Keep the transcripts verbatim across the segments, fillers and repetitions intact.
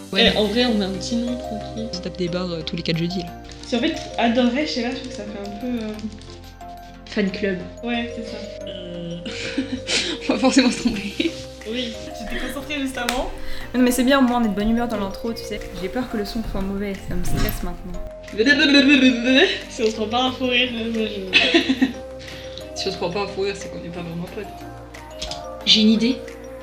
Ouais. Et en vrai, on met un petit nom tranquille. On se tape des bars euh, tous les quatre jeudis là. Si en fait, adorerais, je sais pas, je trouve que ça fait un peu. Euh... Fan club. Ouais, c'est ça. Euh... on va forcément se tromper. Oui, tu t'es concentrée juste avant. Non, mais c'est bien, au moins on est de bonne humeur dans l'intro, tu sais. J'ai peur que le son soit mauvais, ça me stresse maintenant. Si on se prend pas un fou rire, moi je. Si on se prend pas un fou rire, c'est qu'on n'est pas vraiment potes. J'ai une idée.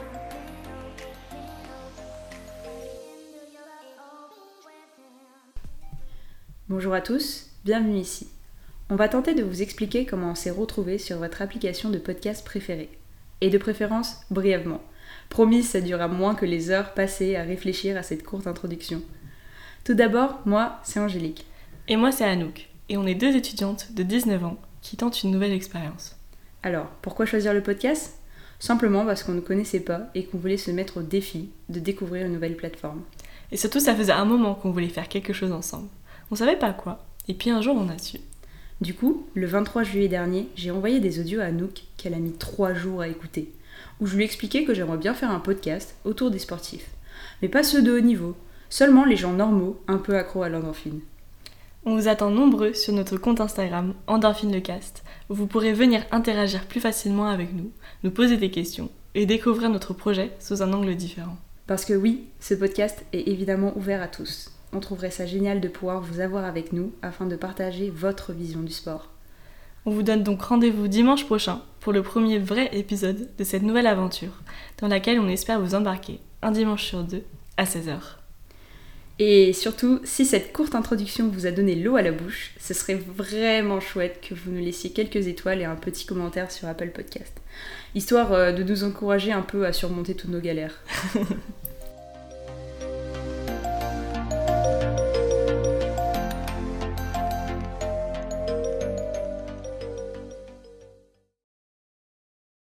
Bonjour à tous, bienvenue ici. On va tenter de vous expliquer comment on s'est retrouvés sur votre application de podcast préférée. Et de préférence, brièvement. Promis, ça durera moins que les heures passées à réfléchir à cette courte introduction. Tout d'abord, moi, c'est Angélique. Et moi, c'est Anouk. Et on est deux étudiantes de dix-neuf ans qui tentent une nouvelle expérience. Alors, pourquoi choisir le podcast ? Simplement parce qu'on ne connaissait pas et qu'on voulait se mettre au défi de découvrir une nouvelle plateforme. Et surtout, ça faisait un moment qu'on voulait faire quelque chose ensemble. On savait pas quoi, et puis un jour on a su. Du coup, le vingt-trois juillet dernier, j'ai envoyé des audios à Anouk qu'elle a mis trois jours à écouter, où je lui expliquais que j'aimerais bien faire un podcast autour des sportifs. Mais pas ceux de haut niveau, seulement les gens normaux, un peu accros à l'endorphine. On vous attend nombreux sur notre compte Instagram, Endorphine le Cast, où vous pourrez venir interagir plus facilement avec nous, nous poser des questions et découvrir notre projet sous un angle différent. Parce que oui, ce podcast est évidemment ouvert à tous. On trouverait ça génial de pouvoir vous avoir avec nous afin de partager votre vision du sport. On vous donne donc rendez-vous dimanche prochain pour le premier vrai épisode de cette nouvelle aventure dans laquelle on espère vous embarquer un dimanche sur deux à seize heures. Et surtout, si cette courte introduction vous a donné l'eau à la bouche, ce serait vraiment chouette que vous nous laissiez quelques étoiles et un petit commentaire sur Apple Podcast, histoire de nous encourager un peu à surmonter toutes nos galères.